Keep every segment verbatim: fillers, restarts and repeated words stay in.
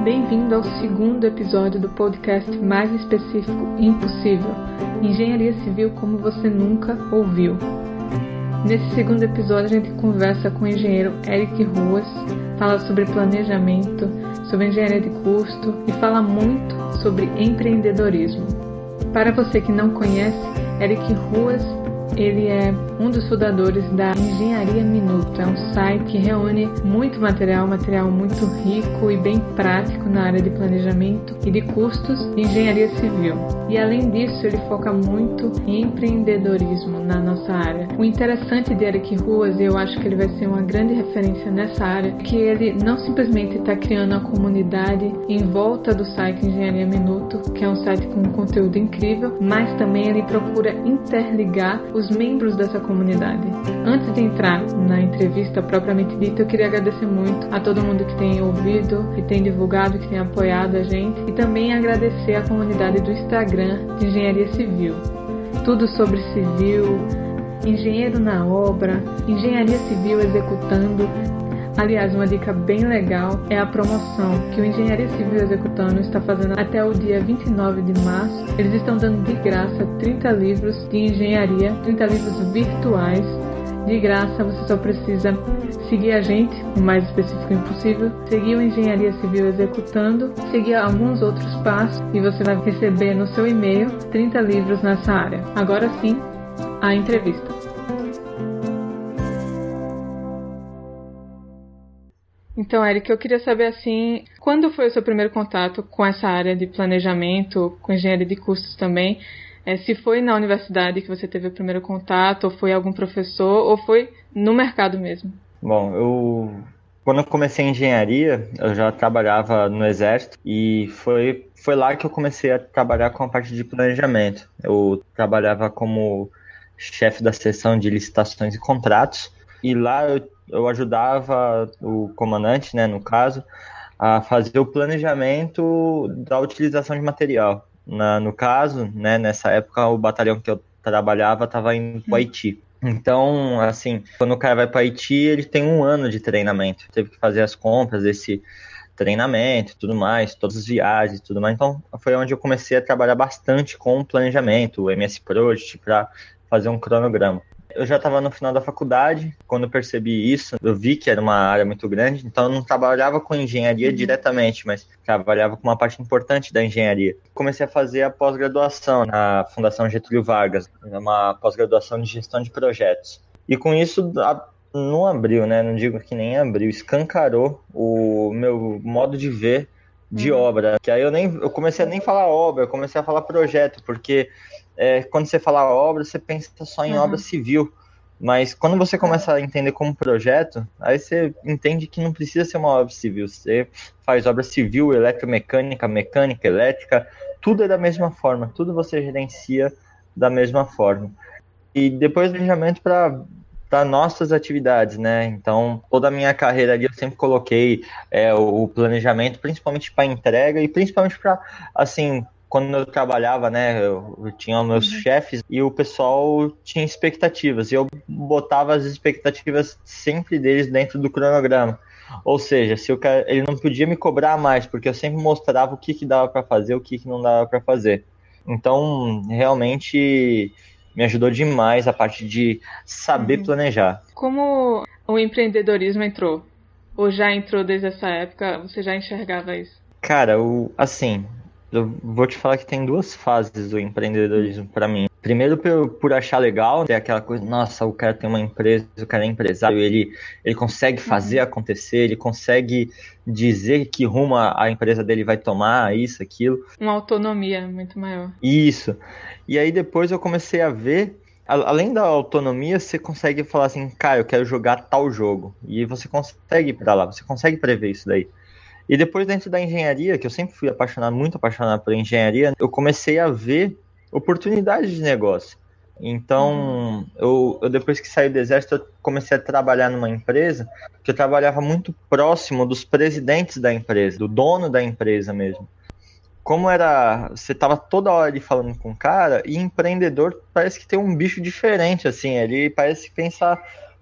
Bem-vindo ao segundo episódio do podcast mais específico impossível, Engenharia Civil como você nunca ouviu. Nesse segundo episódio a gente conversa com o engenheiro Eric Ruas, fala sobre planejamento, sobre engenharia de custo e fala muito sobre empreendedorismo. Para você que não conhece, Eric Ruas, ele é um dos fundadores da Engenharia Minuto. É um site que reúne muito material, material muito rico e bem prático na área de planejamento e de custos de engenharia civil. E além disso, ele foca muito em empreendedorismo na nossa área. O interessante de Eric Ruas, e eu acho que ele vai ser uma grande referência nessa área, é que ele não simplesmente está criando uma comunidade em volta do site Engenharia Minuto, que é um site com um conteúdo incrível, mas também ele procura interligar os membros dessa comunidade. Antes de entrar na entrevista propriamente dita, eu queria agradecer muito a todo mundo que tem ouvido, que tem divulgado, que tem apoiado a gente, e também agradecer a comunidade do Instagram de Engenharia Civil. Tudo sobre civil, engenheiro na obra, engenharia civil executando. Aliás, uma dica bem legal é a promoção que o Engenharia Civil Executando está fazendo até o dia vinte e nove de março. Eles estão dando de graça trinta livros de engenharia, trinta livros virtuais. De graça, você só precisa seguir a gente, o mais específico impossível, seguir o Engenharia Civil Executando, seguir alguns outros passos e você vai receber no seu e-mail trinta livros nessa área. Agora sim, a entrevista. Então, Eric, eu queria saber, assim, quando foi o seu primeiro contato com essa área de planejamento, com engenharia de custos também? É, se foi na universidade que você teve o primeiro contato, ou foi algum professor, ou foi no mercado mesmo? Bom, eu... Quando eu comecei a engenharia, eu já trabalhava no Exército, e foi, foi lá que eu comecei a trabalhar com a parte de planejamento. Eu trabalhava como chefe da seção de licitações e contratos, e lá eu eu ajudava o comandante, né, no caso, a fazer o planejamento da utilização de material. Na, no caso, né, nessa época, o batalhão que eu trabalhava estava indo para o Haiti. Então, assim, quando o cara vai para o Haiti, ele tem um ano de treinamento. Teve que fazer as compras desse treinamento e tudo mais, todas as viagens e tudo mais. Então, foi onde eu comecei a trabalhar bastante com o planejamento, o M S Project, para fazer um cronograma. Eu já estava no final da faculdade, quando eu percebi isso, eu vi que era uma área muito grande, então eu não trabalhava com engenharia uhum. diretamente, mas trabalhava com uma parte importante da engenharia. Comecei a fazer a pós-graduação na Fundação Getúlio Vargas, uma pós-graduação de gestão de projetos. E com isso, não abriu, né? Não digo que nem abriu, escancarou o meu modo de ver de uhum. obra. Que aí eu, nem, eu comecei a nem falar obra, eu comecei a falar projeto, porque... É, quando você fala obra, você pensa só em uhum. obra civil, mas quando você começa a entender como projeto, aí você entende que não precisa ser uma obra civil, você faz obra civil, eletromecânica, mecânica, elétrica, tudo é da mesma forma, tudo você gerencia da mesma forma. E depois planejamento para para nossas atividades, né? Então, toda a minha carreira ali eu sempre coloquei é, o planejamento, principalmente para entrega e principalmente para, assim, quando eu trabalhava, né, eu, eu tinha os meus uhum. chefes e o pessoal tinha expectativas, e eu botava as expectativas sempre deles dentro do cronograma. Ou seja, se eu, ele não podia me cobrar mais, porque eu sempre mostrava o que, que dava para fazer, o que, que não dava para fazer. Então, realmente me ajudou demais a parte de saber uhum. planejar. Como o empreendedorismo entrou? Ou já entrou desde essa época? Você já enxergava isso? Cara, o, assim... Eu vou te falar que tem duas fases do empreendedorismo para mim. Primeiro, por, por achar legal, ter aquela coisa, nossa, o cara tem uma empresa, o cara é empresário, ele, ele consegue fazer uhum. acontecer, ele consegue dizer que rumo a, a empresa dele vai tomar, isso, aquilo. Uma autonomia muito maior. Isso. E aí depois eu comecei a ver, a, além da autonomia, você consegue falar assim, cara, eu quero jogar tal jogo. E você consegue ir pra lá, você consegue prever isso daí. E depois, dentro da engenharia, que eu sempre fui apaixonado, muito apaixonado por engenharia, eu comecei a ver oportunidades de negócio. Então, uhum. eu, eu depois que saí do Exército, eu comecei a trabalhar numa empresa que eu trabalhava muito próximo dos presidentes da empresa, do dono da empresa mesmo. Como era, você estava toda hora ali falando com o cara, e empreendedor parece que tem um bicho diferente, assim, ele parece pensar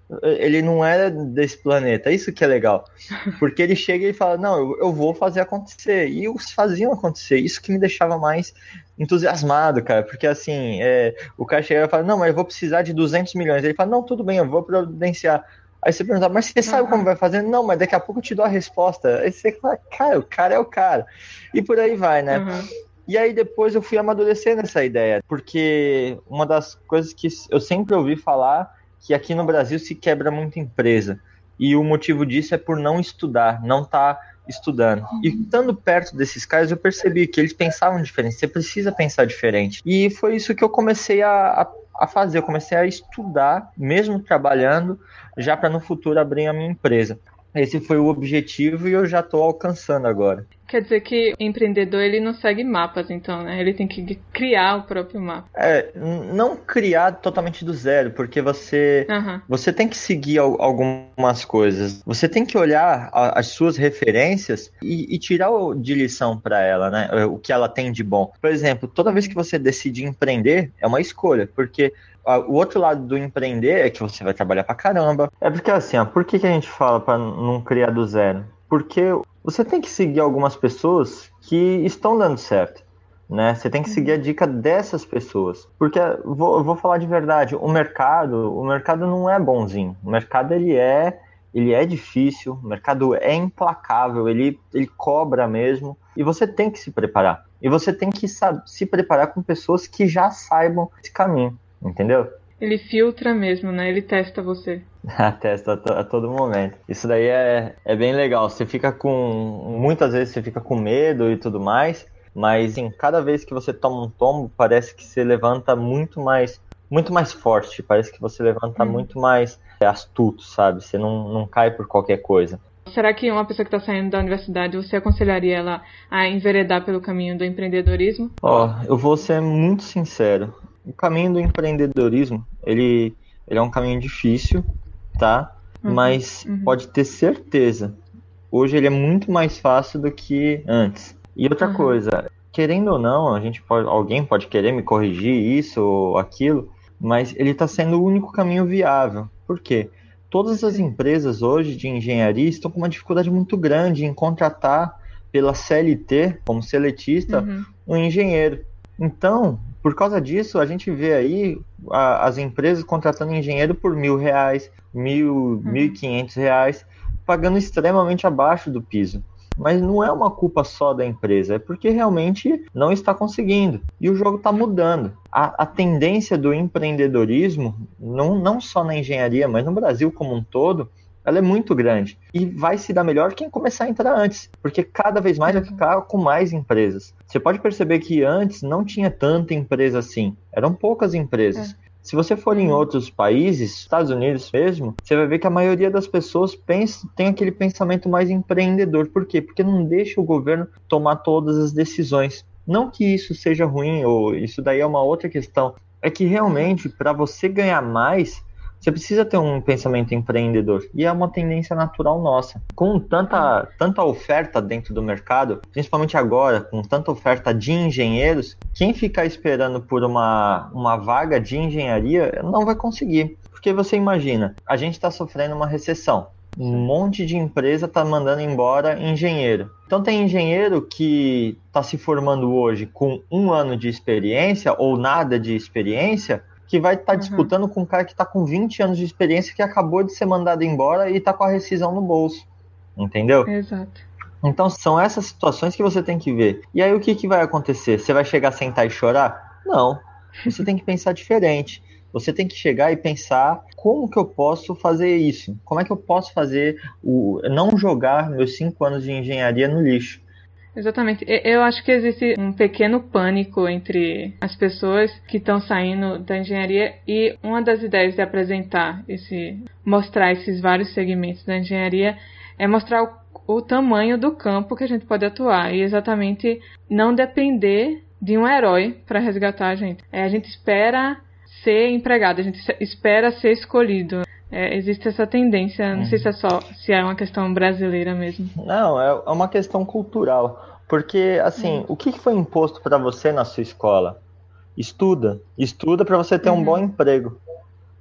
ele não é desse planeta, isso que é legal. Porque ele chega e fala, não, eu, eu vou fazer acontecer. E os faziam acontecer, isso que me deixava mais entusiasmado, cara. Porque assim, é, o cara chega e fala, não, mas eu vou precisar de duzentos milhões. Ele fala, não, tudo bem, eu vou providenciar. Aí você pergunta, mas você sabe uhum. como vai fazer? Não, mas daqui a pouco eu te dou a resposta. Aí você fala, cara, o cara é o cara. E por aí vai, né? Uhum. E aí depois eu fui amadurecer nessa ideia, porque uma das coisas que eu sempre ouvi falar que aqui no Brasil se quebra muita empresa. E o motivo disso é por não estudar, não estar tá estudando. E estando perto desses caras, eu percebi que eles pensavam diferente. Você precisa pensar diferente. E foi isso que eu comecei a, a, a fazer. Eu comecei a estudar, mesmo trabalhando, já para no futuro abrir a minha empresa. Esse foi o objetivo e eu já estou alcançando agora. Quer dizer que o empreendedor ele não segue mapas, então, né? Ele tem que criar o próprio mapa. É, não criar totalmente do zero, porque você, uhum. você tem que seguir algumas coisas. Você tem que olhar as suas referências e, e tirar de lição para ela, né? O que ela tem de bom. Por exemplo, toda vez que você decide empreender, é uma escolha, porque o outro lado do empreender é que você vai trabalhar pra caramba. É porque assim, ó, por que, que a gente fala pra não criar do zero? Porque você tem que seguir algumas pessoas que estão dando certo, né? Você tem que seguir a dica dessas pessoas. Porque, vou, vou falar de verdade, o mercado, o mercado não é bonzinho. O mercado, ele é, ele é difícil, o mercado é implacável, ele, ele cobra mesmo. E você tem que se preparar. E você tem que saber, se preparar com pessoas que já saibam esse caminho. Entendeu? Ele filtra mesmo, né? Ele testa você. Testa a, to- a todo momento. Isso daí é, é bem legal. Você fica com... Muitas vezes você fica com medo e tudo mais, mas em cada vez que você toma um tombo, parece que você levanta muito mais, muito mais forte. Parece que você levanta hum. muito mais astuto, sabe? Você não, não cai por qualquer coisa. Será que uma pessoa que está saindo da universidade, você aconselharia ela a enveredar pelo caminho do empreendedorismo? Ó, oh, eu vou ser muito sincero. O caminho do empreendedorismo, ele, ele é um caminho difícil, tá? Uhum, Mas uhum. pode ter certeza, hoje ele é muito mais fácil do que antes. E outra uhum. coisa, querendo ou não, a gente pode, alguém pode querer me corrigir isso ou aquilo, mas ele está sendo o único caminho viável. Por quê? Todas as empresas hoje de engenharia estão com uma dificuldade muito grande em contratar pela C L T, como seletista, uhum. um engenheiro. Então, por causa disso, a gente vê aí a, as empresas contratando engenheiro por mil reais, mil, uhum. mil e quinhentos reais, pagando extremamente abaixo do piso. Mas não é uma culpa só da empresa, é porque realmente não está conseguindo. E o jogo está mudando. A, a tendência do empreendedorismo, não, não só na engenharia, mas no Brasil como um todo, ela é muito grande. E vai se dar melhor quem começar a entrar antes, porque cada vez mais vai ficar com mais empresas. Você pode perceber que antes não tinha tanta empresa assim, eram poucas empresas. É. Se você for em outros países, Estados Unidos mesmo, você vai ver que a maioria das pessoas pensa, tem aquele pensamento mais empreendedor. Por quê? Porque não deixa o governo tomar todas as decisões. Não que isso seja ruim, ou isso daí é uma outra questão. É que realmente, para você ganhar mais, você precisa ter um pensamento empreendedor. E é uma tendência natural nossa. Com tanta, tanta oferta dentro do mercado, principalmente agora, com tanta oferta de engenheiros, quem ficar esperando por uma, uma vaga de engenharia não vai conseguir. Porque você imagina, a gente está sofrendo uma recessão. Um monte de empresa está mandando embora engenheiro. Então tem engenheiro que está se formando hoje com um ano de experiência ou nada de experiência, que vai estar tá disputando uhum. com um cara que está com vinte anos de experiência, que acabou de ser mandado embora e está com a rescisão no bolso. Entendeu? Exato. Então são essas situações que você tem que ver. E aí o que, que vai acontecer? Você vai chegar a sentar e chorar? Não. Você tem que pensar diferente. Você tem que chegar e pensar como que eu posso fazer isso? Como é que eu posso fazer o não jogar meus cinco anos de engenharia no lixo? Exatamente. Eu acho que existe um pequeno pânico entre as pessoas que estão saindo da engenharia, e uma das ideias de apresentar esse, mostrar esses vários segmentos da engenharia é mostrar o, o tamanho do campo que a gente pode atuar e exatamente não depender de um herói para resgatar a gente. É, a gente espera ser empregado, a gente espera ser escolhido. É, existe essa tendência, não uhum. sei se é só se é uma questão brasileira mesmo. Não, é uma questão cultural. Porque, assim, uhum. o que foi imposto para você na sua escola? Estuda. Estuda para você ter uhum. um bom emprego.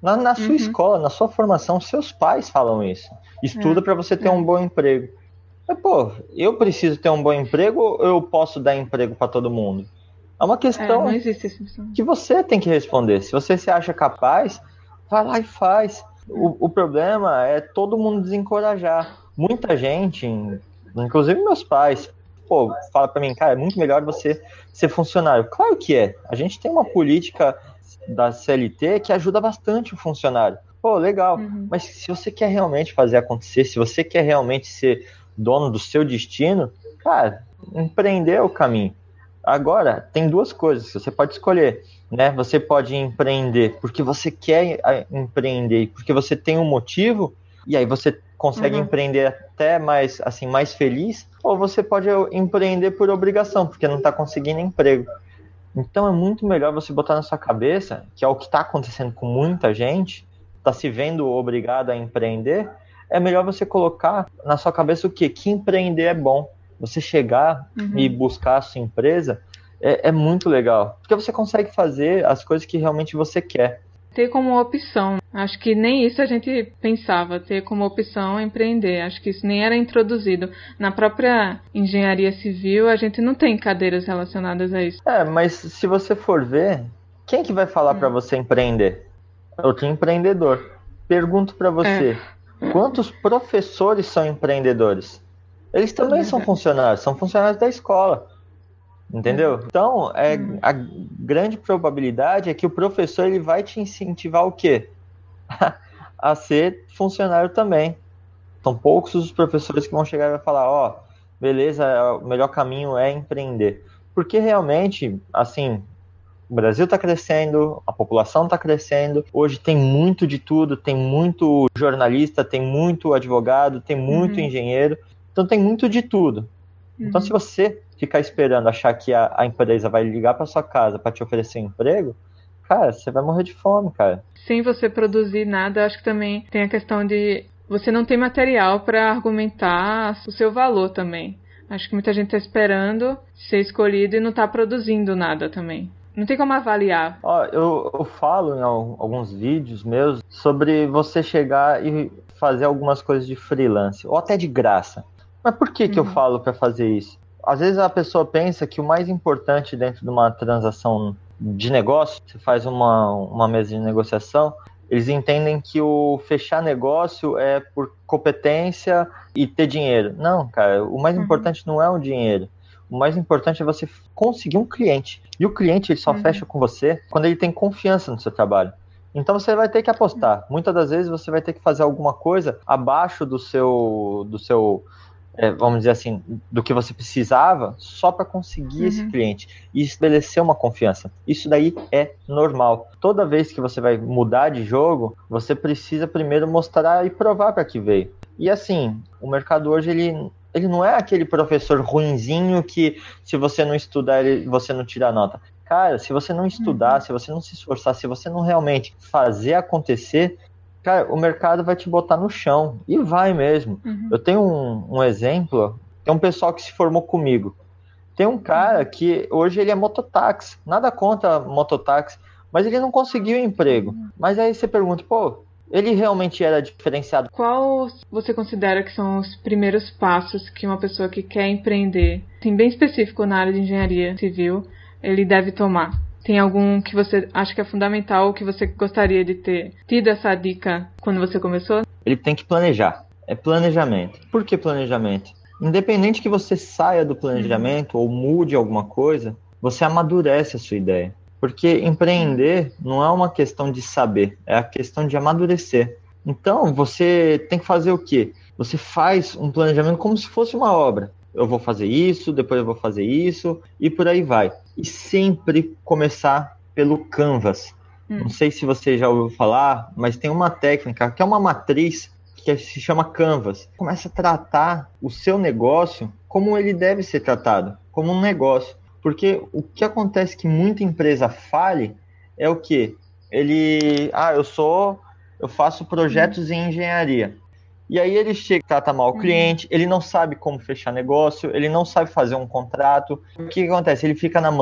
Na, na sua Uhum. escola, na sua formação, seus pais falam isso. Estuda É, para você ter é. um bom emprego. Mas, pô, eu preciso ter um bom emprego ou eu posso dar emprego para todo mundo? É uma É, não questão existe essa opção. que você tem que responder. Se você se acha capaz, vai lá e faz. O, o problema é todo mundo desencorajar. Muita gente, inclusive meus pais, pô, fala para mim, cara, é muito melhor você ser funcionário. Claro que é. A gente tem uma política da C L T que ajuda bastante o funcionário. Pô, legal. Uhum. Mas se você quer realmente fazer acontecer, se você quer realmente ser dono do seu destino, cara, empreender é o caminho. Agora, tem duas coisas que você pode escolher, né? Você pode empreender porque você quer empreender, porque você tem um motivo, e aí você consegue Uhum. empreender até mais, assim, mais feliz, ou você pode empreender por obrigação, porque não está conseguindo emprego. Então é muito melhor você botar na sua cabeça, que é o que está acontecendo com muita gente, está se vendo obrigado a empreender, é melhor você colocar na sua cabeça o quê? Que empreender é bom. Você chegar Uhum. e buscar a sua empresa é, é muito legal, porque você consegue fazer as coisas que realmente você quer. Ter como opção, acho que nem isso a gente pensava, ter como opção empreender, acho que isso nem era introduzido. Na própria engenharia civil, a gente não tem cadeiras relacionadas a isso. É, mas se você for ver, quem que vai falar Hum. para você empreender? Outro empreendedor. Pergunto para você, É. quantos professores são empreendedores? Eles também são Verdade. funcionários, são funcionários da escola. Entendeu? Então, é, Hum. a grande probabilidade é que o professor ele vai te incentivar o quê? A ser funcionário também. São poucos os professores que vão chegar e vai falar, ó, oh, beleza, o melhor caminho é empreender. Porque realmente, assim, o Brasil está crescendo, a população está crescendo, hoje tem muito de tudo, tem muito jornalista, tem muito advogado, tem muito Uhum. engenheiro, então tem muito de tudo. Uhum. Então, se você ficar esperando achar que a, a empresa vai ligar para sua casa para te oferecer um emprego, cara, você vai morrer de fome, cara. Sem você produzir nada, acho que também tem a questão de você não tem material para argumentar o seu valor também. Acho que muita gente está esperando ser escolhido e não está produzindo nada também. Não tem como avaliar. Ó, eu, eu falo em alguns vídeos meus sobre você chegar e fazer algumas coisas de freelance, ou até de graça. Mas por que, que Uhum. eu falo para fazer isso? Às vezes a pessoa pensa que o mais importante dentro de uma transação de negócio, você faz uma, uma mesa de negociação, eles entendem que o fechar negócio é por competência e ter dinheiro. Não, cara, o mais Uhum. importante não é o dinheiro. O mais importante é você conseguir um cliente. E o cliente ele só Uhum. fecha com você quando ele tem confiança no seu trabalho. Então você vai ter que apostar. Muitas das vezes você vai ter que fazer alguma coisa abaixo do seu, do seu é, vamos dizer assim, do que você precisava só para conseguir Uhum. esse cliente e estabelecer uma confiança. Isso daí é normal. Toda vez que você vai mudar de jogo, você precisa primeiro mostrar e provar para que veio. E assim, o mercado hoje ele ele não é aquele professor ruinzinho que se você não estudar, ele, você não tira nota. Cara, se você não estudar, uhum. se você não se esforçar, se você não realmente fazer acontecer, cara, o mercado vai te botar no chão. E vai mesmo. Uhum. Eu tenho um, um exemplo, tem um pessoal que se formou comigo. Tem um cara uhum. que hoje ele é mototáxi. Nada contra mototáxi, mas ele não conseguiu emprego. Uhum. Mas aí você pergunta, pô, ele realmente era diferenciado? Qual você considera que são os primeiros passos que uma pessoa que quer empreender, assim, bem específico na área de engenharia civil, ele deve tomar? Tem algum que você acha que é fundamental, que você gostaria de ter tido essa dica quando você começou? Ele tem que planejar. É planejamento. Por que planejamento? Independente que você saia do planejamento uhum. ou mude alguma coisa, você amadurece a sua ideia. Porque empreender não é uma questão de saber, é a questão de amadurecer. Então, você tem que fazer o quê? Você faz um planejamento como se fosse uma obra. Eu vou fazer isso, depois eu vou fazer isso, e por aí vai. E sempre começar pelo Canvas. Hum. Não sei se você já ouviu falar, mas tem uma técnica que é uma matriz que se chama Canvas. Começa a tratar o seu negócio como ele deve ser tratado, como um negócio. Porque o que acontece que muita empresa fale é o quê? Ele, ah, eu sou, eu faço projetos hum. em engenharia. E aí ele chega, trata mal o cliente, ele não sabe como fechar negócio, ele não sabe fazer um contrato. O que, que acontece? Ele fica na mão.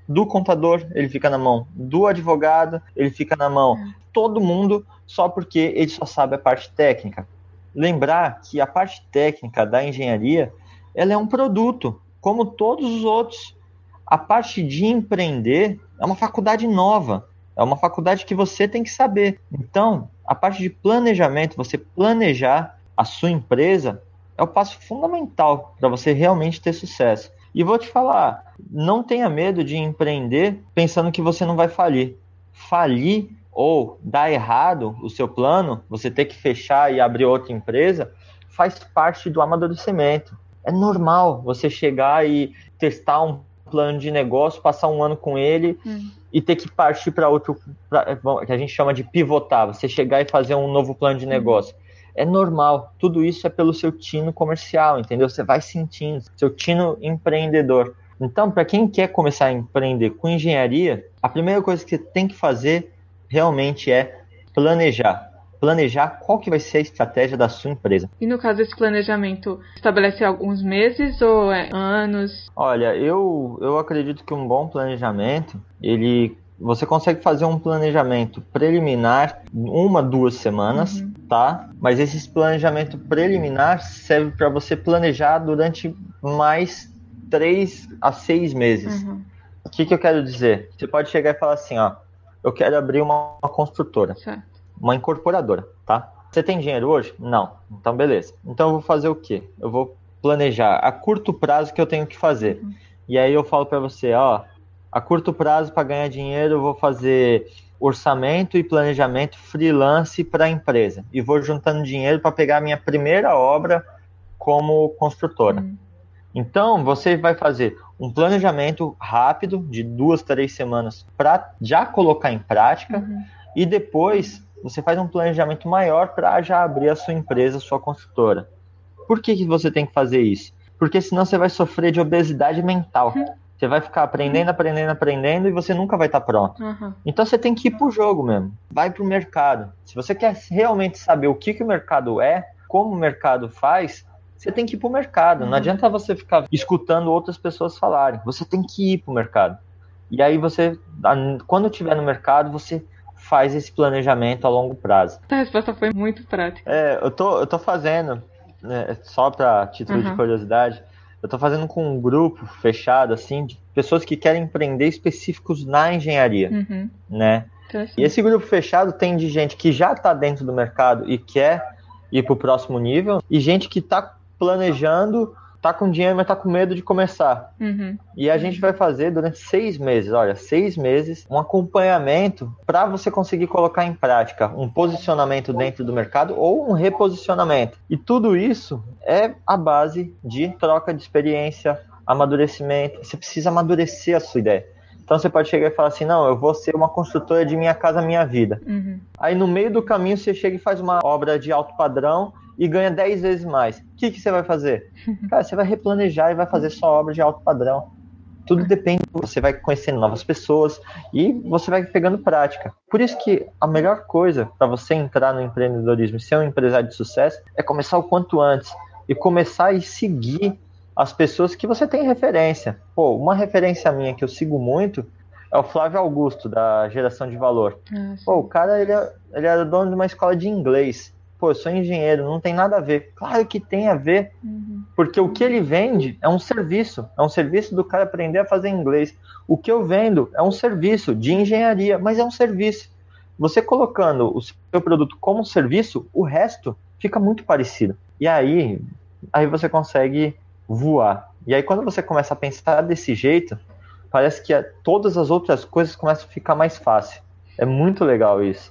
do contador, ele fica na mão do advogado, ele fica na mão de todo mundo, só porque ele só sabe a parte técnica. Lembrar que a parte técnica da engenharia, ela é um produto, como todos os outros. A parte de empreender é uma faculdade nova, é uma faculdade que você tem que saber. Então, a parte de planejamento, você planejar a sua empresa, é o passo fundamental para você realmente ter sucesso. E vou te falar, não tenha medo de empreender pensando que você não vai falir. Falir ou dar errado o seu plano, você ter que fechar e abrir outra empresa, faz parte do amadurecimento. É normal você chegar e testar um plano de negócio, passar um ano com ele hum. e ter que partir para outro, pra, que a gente chama de pivotar, você chegar e fazer um novo plano de negócio. Hum. É normal, tudo isso é pelo seu tino comercial, entendeu? Você vai sentindo, seu tino empreendedor. Então, para quem quer começar a empreender com engenharia, a primeira coisa que você tem que fazer realmente é planejar. Planejar qual que vai ser a estratégia da sua empresa. E no caso, esse planejamento estabelece alguns meses ou é anos? Olha, eu, eu acredito que um bom planejamento, ele... Você consegue fazer um planejamento preliminar uma, duas semanas, uhum. tá? Mas esse planejamento preliminar serve para você planejar durante mais três a seis meses. Uhum. O que, que eu quero dizer? Você pode chegar e falar assim, ó, eu quero abrir uma, uma construtora, certo. Uma incorporadora, tá? Você tem dinheiro hoje? Não. Então, beleza. Então, eu vou fazer o quê? Eu vou planejar a curto prazo que eu tenho que fazer. Uhum. E aí eu falo para você, ó, a curto prazo, para ganhar dinheiro, eu vou fazer orçamento e planejamento freelance para a empresa. E vou juntando dinheiro para pegar a minha primeira obra como construtora. Uhum. Então, você vai fazer um planejamento rápido, de duas, três semanas, para já colocar em prática. Uhum. E depois, você faz um planejamento maior para já abrir a sua empresa, a sua construtora. Por que, que você tem que fazer isso? Porque senão você vai sofrer de obesidade mental. Uhum. Você vai ficar aprendendo, aprendendo, aprendendo e você nunca vai estar pronto. Uhum. Então você tem que ir pro jogo mesmo. Vai pro mercado. Se você quer realmente saber o que, que o mercado é, como o mercado faz, você tem que ir pro mercado. Uhum. Não adianta você ficar escutando outras pessoas falarem. Você tem que ir pro mercado. E aí você, quando estiver no mercado, você faz esse planejamento a longo prazo. A resposta foi muito prática. É, eu tô, eu tô fazendo, né, só para título uhum. de curiosidade, eu tô fazendo com um grupo fechado, assim, de pessoas que querem empreender específicos na engenharia, uhum. né? E esse grupo fechado tem de gente que já tá dentro do mercado e quer ir pro próximo nível, e gente que tá planejando, tá com dinheiro, mas tá com medo de começar. Uhum. E a gente vai fazer durante seis meses, olha, seis meses, um acompanhamento para você conseguir colocar em prática um posicionamento dentro do mercado ou um reposicionamento. E tudo isso é a base de troca de experiência, amadurecimento. Você precisa amadurecer a sua ideia. Então você pode chegar e falar assim, não, eu vou ser uma construtora de Minha Casa Minha Vida. Uhum. Aí no meio do caminho você chega e faz uma obra de alto padrão e ganha dez vezes mais. O que, que você vai fazer? Cara, você vai replanejar e vai fazer sua obra de alto padrão. Tudo depende, você vai conhecendo novas pessoas e você vai pegando prática. Por isso que a melhor coisa para você entrar no empreendedorismo e ser um empresário de sucesso é começar o quanto antes. E começar e seguir as pessoas que você tem referência. Pô, uma referência minha que eu sigo muito é o Flávio Augusto, da Geração de Valor. Ah, Pô, o cara, ele, é, ele era dono de uma escola de inglês. Pô, eu sou engenheiro, não tem nada a ver. Claro que tem a ver, uhum. porque o que ele vende é um serviço. É um serviço do cara aprender a fazer inglês. O que eu vendo é um serviço de engenharia, mas é um serviço. Você colocando o seu produto como um serviço, o resto fica muito parecido. E aí, aí você consegue voar. E aí quando você começa a pensar desse jeito, parece que todas as outras coisas começam a ficar mais fácil. É muito legal isso.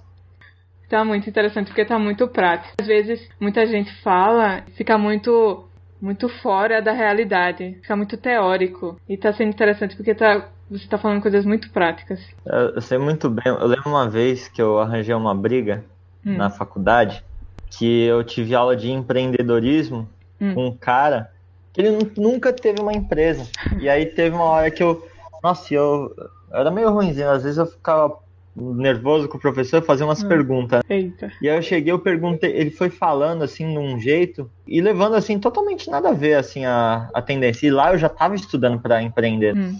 Tá muito interessante, porque tá muito prático. Às vezes, muita gente fala, fica muito, muito fora da realidade, fica muito teórico. E tá sendo interessante, porque tá, você tá falando coisas muito práticas. Eu, eu sei muito bem. Eu lembro uma vez que eu arranjei uma briga hum. na faculdade, que eu tive aula de empreendedorismo hum. com um cara que ele nunca teve uma empresa. E aí teve uma hora que eu... Nossa, eu, eu era meio ruimzinho. Às vezes eu ficava nervoso com o professor, fazia umas hum. perguntas. Eita. E aí eu cheguei, eu perguntei, ele foi falando assim, num jeito, e levando assim, totalmente nada a ver, assim, a, a tendência. E lá eu já tava estudando para empreender. Hum.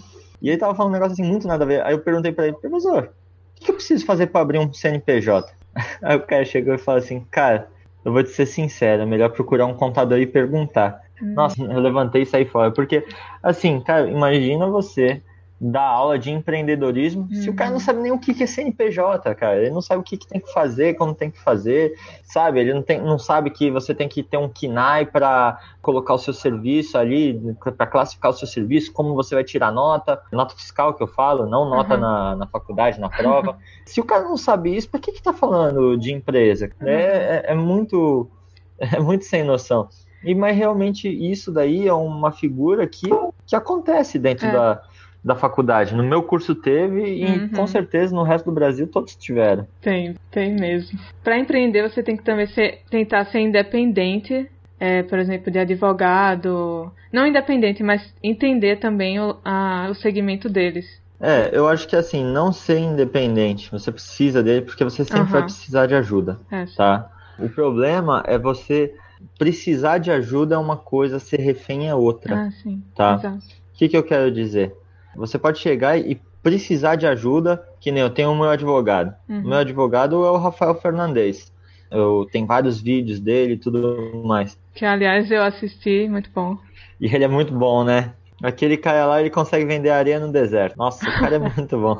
E ele tava falando um negócio assim, muito nada a ver. Aí eu perguntei pra ele, professor, o que eu preciso fazer pra abrir um C N P J? Aí o cara chegou e falou assim, cara, eu vou te ser sincero, é melhor procurar um contador e perguntar. Hum. Nossa, eu levantei e saí fora. Porque, assim, cara, imagina você dar aula de empreendedorismo hum. se o cara não sabe nem o que é C N P J, cara. Ele não sabe o que tem que fazer, como tem que fazer, sabe? Ele não, tem, não sabe que você tem que ter um K N A I para colocar o seu serviço ali, para classificar o seu serviço, como você vai tirar nota, nota fiscal que eu falo, não nota uhum. na, na faculdade, na prova. Se o cara não sabe isso, por que que tá falando de empresa? Uhum. É, é, é, muito, é muito sem noção. E, mas realmente isso daí é uma figura que, que acontece dentro é. da, da faculdade. No meu curso teve e uhum. com certeza no resto do Brasil todos tiveram. Tem, tem mesmo. Para empreender você tem que também ser, tentar ser independente, é, por exemplo, de advogado. Não independente, mas entender também o, a, o segmento deles. É, eu acho que assim, não ser independente, você precisa dele porque você sempre uhum. vai precisar de ajuda, é, tá? O problema é você precisar de ajuda é uma coisa, ser refém é outra, ah, sim. tá? Exato. O que que eu quero dizer? Você pode chegar e precisar de ajuda, que nem eu tenho o meu advogado. Uhum. O meu advogado é o Rafael Fernandes. Eu tenho vários vídeos dele e tudo mais. Que, aliás, eu assisti, muito bom. E ele é muito bom, né? Aquele cara lá, ele consegue vender areia no deserto. Nossa, o cara é muito bom.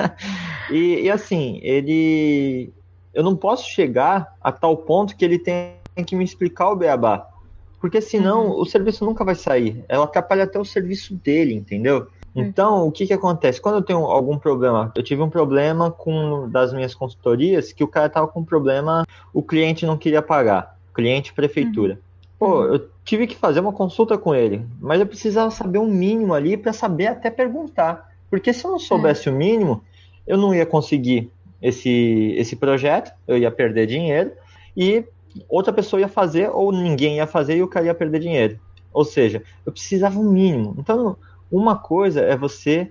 e, e assim, ele... Eu não posso chegar a tal ponto que ele tem que me explicar o beabá. Porque senão uhum. o serviço nunca vai sair. Ela atrapalha até o serviço dele, entendeu? Então, o que que acontece? Quando eu tenho algum problema, eu tive um problema com das minhas consultorias, que o cara tava com um problema, o cliente não queria pagar. Cliente prefeitura. Uhum. Pô, eu tive que fazer uma consulta com ele, mas eu precisava saber um mínimo ali para saber até perguntar. Porque se eu não soubesse é. o mínimo, eu não ia conseguir esse, esse projeto, eu ia perder dinheiro, e outra pessoa ia fazer, ou ninguém ia fazer, e o cara ia perder dinheiro. Ou seja, eu precisava um mínimo. Então, uma coisa é você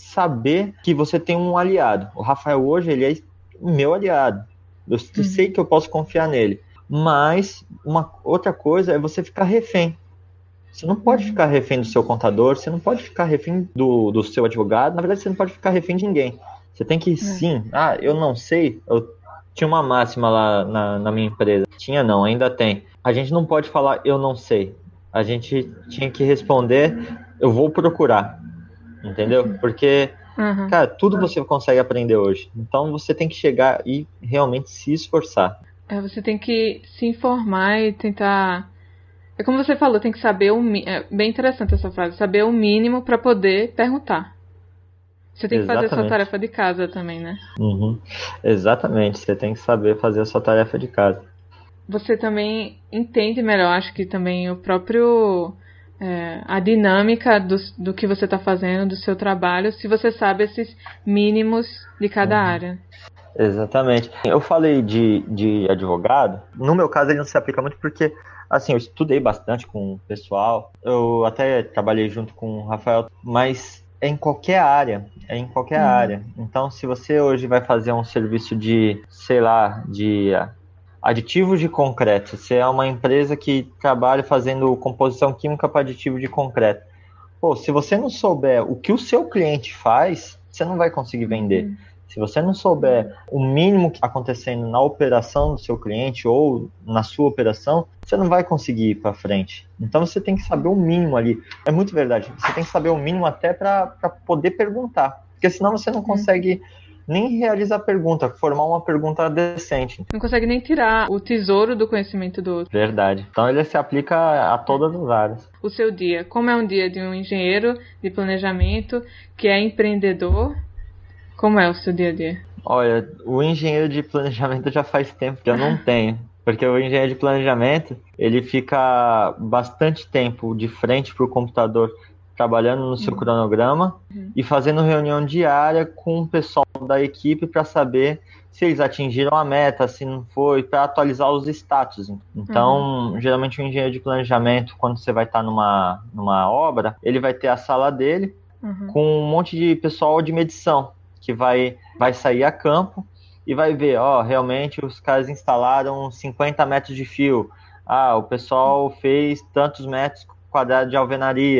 saber que você tem um aliado. O Rafael hoje, ele é meu aliado. Eu uhum. sei que eu posso confiar nele. Mas uma outra coisa é você ficar refém. Você não pode ficar refém do seu contador, você não pode ficar refém do, do seu advogado. Na verdade, você não pode ficar refém de ninguém. Você tem que, sim, ah, eu não sei. Eu tinha uma máxima lá na, na minha empresa. Tinha não, ainda tem. A gente não pode falar eu não sei. A gente tinha que responder eu vou procurar. Entendeu? Porque, uhum. cara, tudo você consegue aprender hoje. Então você tem que chegar e realmente se esforçar. É, você tem que se informar e tentar... É como você falou, tem que saber o mínimo. É bem interessante essa frase. Saber o mínimo para poder perguntar. Você tem Exatamente. que fazer a sua tarefa de casa também, né? Uhum. Exatamente. Você tem que saber fazer a sua tarefa de casa. Você também entende melhor, acho que também o próprio... É, a dinâmica do, do que você está fazendo, do seu trabalho, se você sabe esses mínimos de cada uhum. área. Exatamente. Eu falei de, de advogado, no meu caso ele não se aplica muito porque, assim, eu estudei bastante com o pessoal, eu até trabalhei junto com o Rafael, mas é em qualquer área, é em qualquer hum. área. Então, se você hoje vai fazer um serviço de, sei lá, de aditivos de concreto, você é uma empresa que trabalha fazendo composição química para aditivo de concreto. Pô, se você não souber o que o seu cliente faz, você não vai conseguir vender. Hum. Se você não souber o mínimo que está acontecendo na operação do seu cliente ou na sua operação, você não vai conseguir ir para frente. Então você tem que saber o mínimo ali. É muito verdade. Você tem que saber o mínimo até para poder perguntar. Porque senão você não consegue nem realizar a pergunta, formar uma pergunta decente. Não consegue nem tirar o tesouro do conhecimento do outro. Verdade. Então ele se aplica a todas as áreas. O seu dia. Como é um dia de um engenheiro de planejamento que é empreendedor? Como é o seu dia a dia? Olha, o engenheiro de planejamento já faz tempo que eu não tenho. Porque o engenheiro de planejamento, ele fica bastante tempo de frente para o computador, trabalhando no seu uhum. cronograma uhum. e fazendo reunião diária com o pessoal da equipe para saber se eles atingiram a meta, se não foi, para atualizar os status. Então, uhum. geralmente o engenheiro de planejamento, quando você vai estar numa, numa obra, ele vai ter a sala dele uhum. com um monte de pessoal de medição, que vai, vai sair a campo e vai ver, ó, realmente os caras instalaram cinquenta metros de fio, ah, o pessoal fez tantos metros quadrados de alvenaria,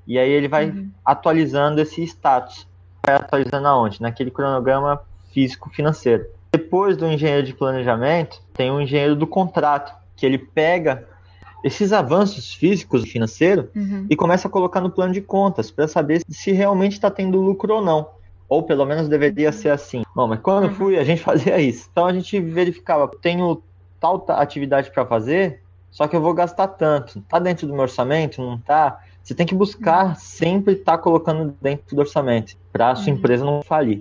E aí ele vai uhum. atualizando esse status. Vai atualizando aonde? Naquele cronograma físico-financeiro. Depois do engenheiro de planejamento, tem o engenheiro do contrato, que ele pega esses avanços físicos e financeiros uhum. e começa a colocar no plano de contas para saber se realmente está tendo lucro ou não. Ou pelo menos deveria ser assim. Bom, mas quando eu fui, a gente fazia isso. Então a gente verificava, tenho tal atividade para fazer, só que eu vou gastar tanto. Tá dentro do meu orçamento? Não tá? Você tem que buscar sempre estar tá colocando dentro do orçamento para a sua uhum. empresa não falir.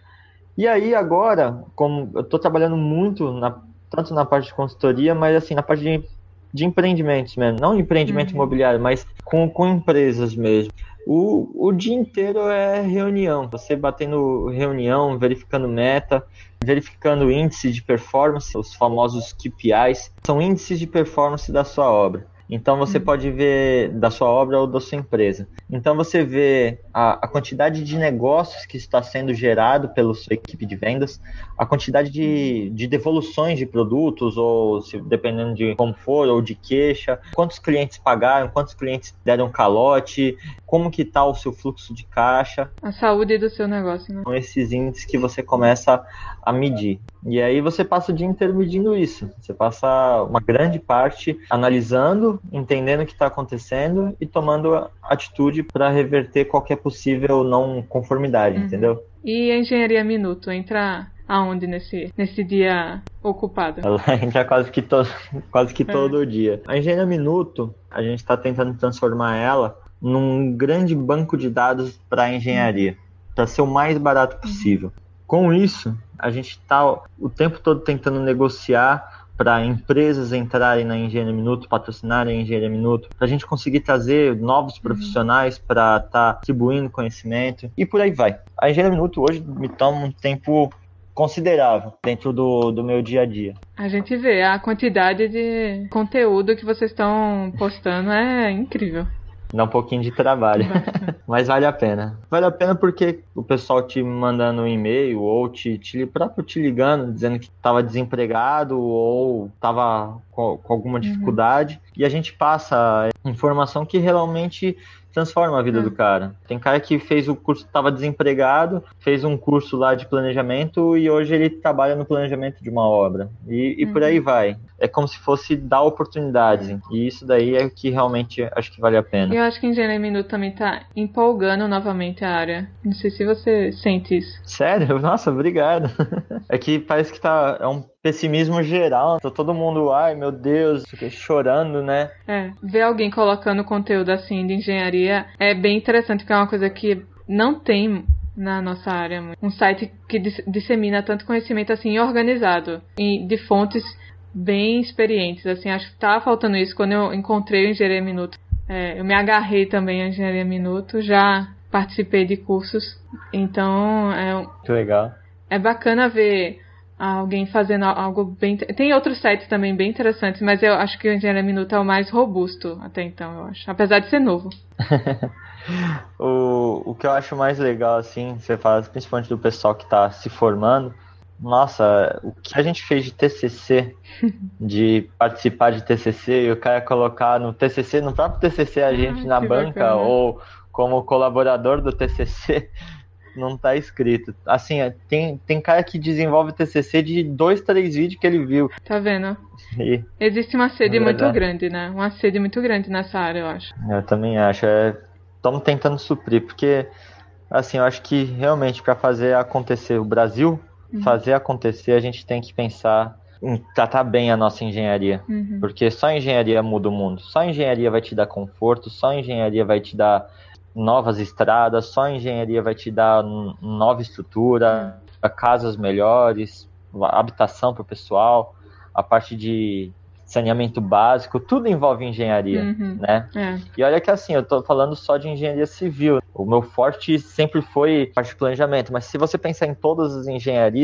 E aí agora, como eu estou trabalhando muito, na, tanto na parte de consultoria, mas assim, na parte de, de empreendimentos mesmo. Não empreendimento uhum. imobiliário, mas com, com empresas mesmo. O, o dia inteiro é reunião, você batendo reunião, verificando meta, verificando índice de performance, os famosos K P Is, são índices de performance da sua obra. Então você uhum. pode ver da sua obra ou da sua empresa. Então você vê a, a quantidade de negócios que está sendo gerado pela sua equipe de vendas, a quantidade de, de devoluções de produtos, ou se, dependendo de como for, ou de queixa, quantos clientes pagaram, quantos clientes deram calote, como que está o seu fluxo de caixa. A saúde do seu negócio, né? São esses índices que você começa a medir. E aí você passa o dia inteiro medindo isso. Você passa uma grande parte analisando, entendendo o que está acontecendo e tomando atitude para reverter qualquer possível não conformidade, uhum. entendeu? E a engenharia minuto entra aonde nesse, nesse dia ocupado? Ela entra quase que, to- quase que é. todo dia. A engenharia minuto, a gente está tentando transformar ela num grande banco de dados para a engenharia, uhum. para ser o mais barato possível. Uhum. Com isso, a gente está o tempo todo tentando negociar para empresas entrarem na Engenharia Minuto, patrocinarem a Engenharia Minuto, para a gente conseguir trazer novos profissionais para estar tá distribuindo conhecimento e por aí vai. A Engenharia Minuto hoje me toma um tempo considerável dentro do, do meu dia a dia. A gente vê a quantidade de conteúdo que vocês estão postando é incrível. Dá um pouquinho de trabalho, mas vale a pena. Vale a pena porque o pessoal te mandando um e-mail ou te, te, próprio te ligando, dizendo que estava desempregado ou estava com, com alguma dificuldade. Uhum. E a gente passa informação que realmente transforma a vida uhum. do cara. Tem cara que fez o curso, estava desempregado, fez um curso lá de planejamento e hoje ele trabalha no planejamento de uma obra. E, e uhum. por aí vai. É como se fosse dar oportunidades. Uhum. E isso daí é o que realmente acho que vale a pena. Eu acho que a Engenharia Minuto também está empolgando novamente a área. Não sei se você sente isso. Sério? Nossa, obrigado. É que parece que tá, é um pessimismo geral. Tá todo mundo, ai meu Deus, chorando, né? É, ver alguém colocando conteúdo assim de engenharia é bem interessante, porque é uma coisa que não tem na nossa área. Um site que dissemina tanto conhecimento assim organizado, de fontes bem experientes. Assim, acho que tá faltando isso quando eu encontrei o Engenharia Minuto. É, eu me agarrei também à Engenharia Minuto, já participei de cursos, então é, que legal. É bacana ver alguém fazendo algo bem... Tem outros sites também bem interessantes, mas eu acho que o Engenharia Minuto é o mais robusto até então, eu acho, apesar de ser novo. o, o que eu acho mais legal, assim, você fala principalmente do pessoal que está se formando, nossa, o que a gente fez de T C C, de participar de T C C, e o cara colocar no T C C, no próprio T C C, a gente ah, na banca, bacana. Ou como colaborador do T C C, não tá escrito. Assim, tem, tem cara que desenvolve T C C de dois, três vídeos que ele viu. Tá vendo? E, existe uma sede muito grande, né? Uma sede muito grande nessa área, eu acho. Eu também acho. Estamos é, tentando suprir, porque, assim, eu acho que realmente para fazer acontecer o Brasil, uhum. fazer acontecer, a gente tem que pensar em tratar bem a nossa engenharia. Uhum. Porque só a engenharia muda o mundo. Só a engenharia vai te dar conforto, só a engenharia vai te dar novas estradas, só a engenharia vai te dar nova estrutura, uhum. casas melhores, habitação para o pessoal, a parte de saneamento básico, tudo envolve engenharia, uhum. né? É. E olha que assim, eu tô falando só de engenharia civil. O meu forte sempre foi parte de planejamento, mas se você pensar em todas as engenharias,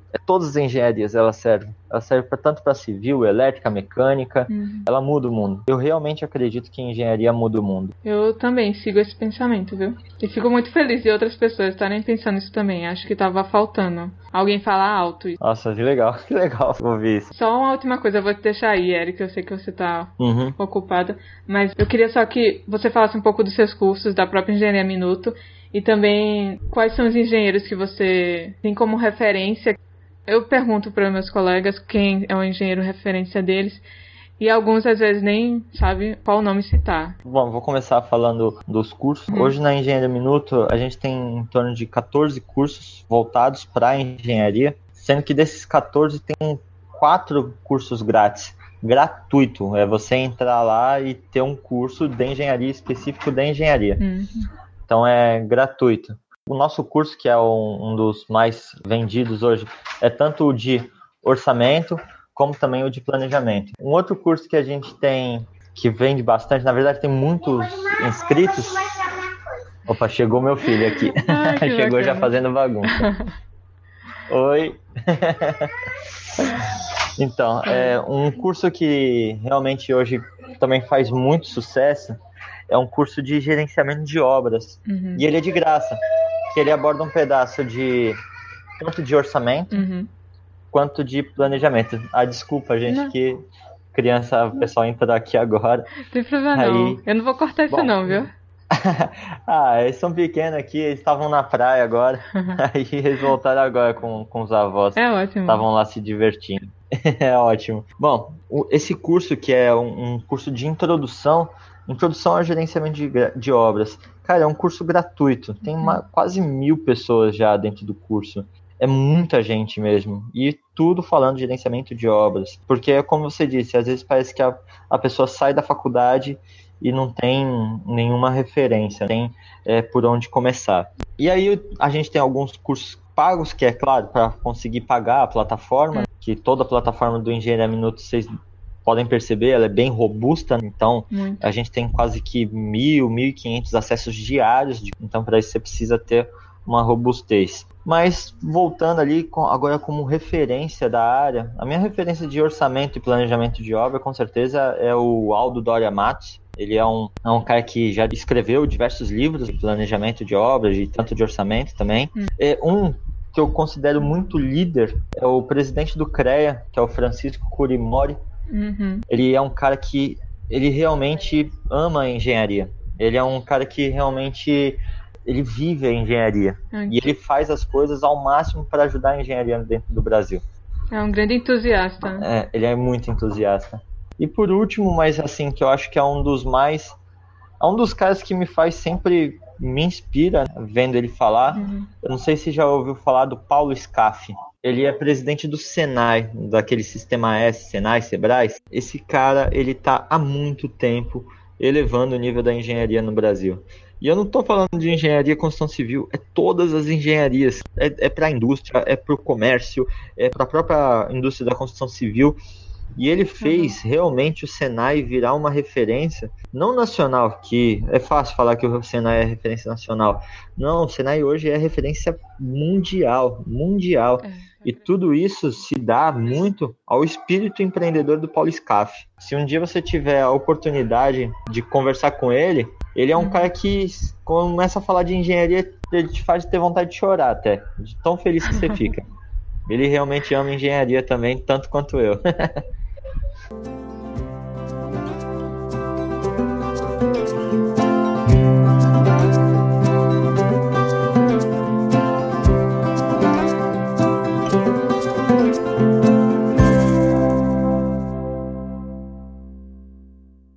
É, todas as engenharias ela serve. Ela serve pra, tanto para civil, elétrica, mecânica. Uhum. Ela muda o mundo. Eu realmente acredito que engenharia muda o mundo. Eu também sigo esse pensamento, viu? E fico muito feliz de outras pessoas estarem pensando isso também. Acho que tava faltando alguém falar alto isso. Nossa, que legal, que legal ouvir isso. Só uma última coisa, eu vou te deixar aí, Eric. Eu sei que você tá uhum. ocupada. Mas eu queria só que você falasse um pouco dos seus cursos, da própria Engenharia Minuto. E também quais são os engenheiros que você tem como referência. Eu pergunto para meus colegas quem é o engenheiro referência deles e alguns às vezes nem sabem qual nome citar. Bom, vou começar falando dos cursos. Hum. Hoje na Engenharia Minuto a gente tem em torno de catorze cursos voltados para a engenharia, sendo que desses catorze tem quatro cursos grátis. Gratuito, é você entrar lá e ter um curso de engenharia específico da engenharia. Uhum. Então é gratuito. O nosso curso, que é um, um dos mais vendidos hoje, é tanto o de orçamento, como também o de planejamento. Um outro curso que a gente tem, que vende bastante, na verdade tem muitos inscritos. Opa, chegou meu filho aqui. Ai, chegou bacana. Já fazendo bagunça. Oi. Então, é um curso que realmente hoje também faz muito sucesso, é um curso de gerenciamento de obras. Uhum. E ele é de graça. Que ele aborda um pedaço de tanto de orçamento uhum. quanto de planejamento. Ah, desculpa, gente, não. que criança, o pessoal entrou aqui agora. Não tem problema Aí... não. Eu não vou cortar isso. Bom, não, viu? Ah, eles são pequenos aqui, eles estavam na praia agora. Aí eles voltaram agora com, com os avós. É ótimo. Estavam lá se divertindo. É ótimo. Bom, o, esse curso que é um, um curso de introdução, introdução ao gerenciamento de, de obras. Cara, é um curso gratuito. Tem uma, quase mil pessoas já dentro do curso. É muita gente mesmo. E tudo falando de gerenciamento de obras. Porque, como você disse, às vezes parece que a, a pessoa sai da faculdade e não tem nenhuma referência, não tem é, por onde começar. E aí a gente tem alguns cursos pagos, que é claro, para conseguir pagar a plataforma, que toda a plataforma do Engenharia Minuto, vocês podem perceber, ela é bem robusta, então Muito. A gente tem quase que mil, mil e quinhentos acessos diários, então para isso você precisa ter uma robustez. Mas voltando ali, agora como referência da área, a minha referência de orçamento e planejamento de obra, com certeza, é o Aldo Doria Matos. Ele é um, é um cara que já escreveu diversos livros de planejamento de obras, de tanto de orçamento também. Hum. É um que eu considero muito líder, é o presidente do CREA, que é o Francisco Curimori. Uhum. Ele é um cara que ele realmente ama a engenharia. Ele é um cara que realmente ele vive a engenharia. Okay. E ele faz as coisas ao máximo para ajudar a engenharia dentro do Brasil. É um grande entusiasta. Né? É, ele é muito entusiasta. E por último, mas assim, que eu acho que é um dos mais... É um dos caras que me faz sempre... me inspira, né, vendo ele falar. Uhum. Eu não sei se já ouviu falar do Paulo Scaff. Ele é presidente do Senai, daquele Sistema S, Senai, Sebrae. Esse cara, ele tá há muito tempo elevando o nível da engenharia no Brasil. E eu não estou falando de engenharia e construção civil, é todas as engenharias. É, é para a indústria, é para o comércio, é para a própria indústria da construção civil. E ele fez uhum. realmente o Senai virar uma referência, não nacional, que é fácil falar que o Senai é referência nacional. Não, o Senai hoje é referência mundial, mundial. É. E tudo isso se dá muito ao espírito empreendedor do Paulo Scaff. Se um dia você tiver a oportunidade de conversar com ele, ele é um uhum. cara que começa a falar de engenharia, ele te faz ter vontade de chorar até, de tão feliz que você fica. Ele realmente ama engenharia também, tanto quanto eu.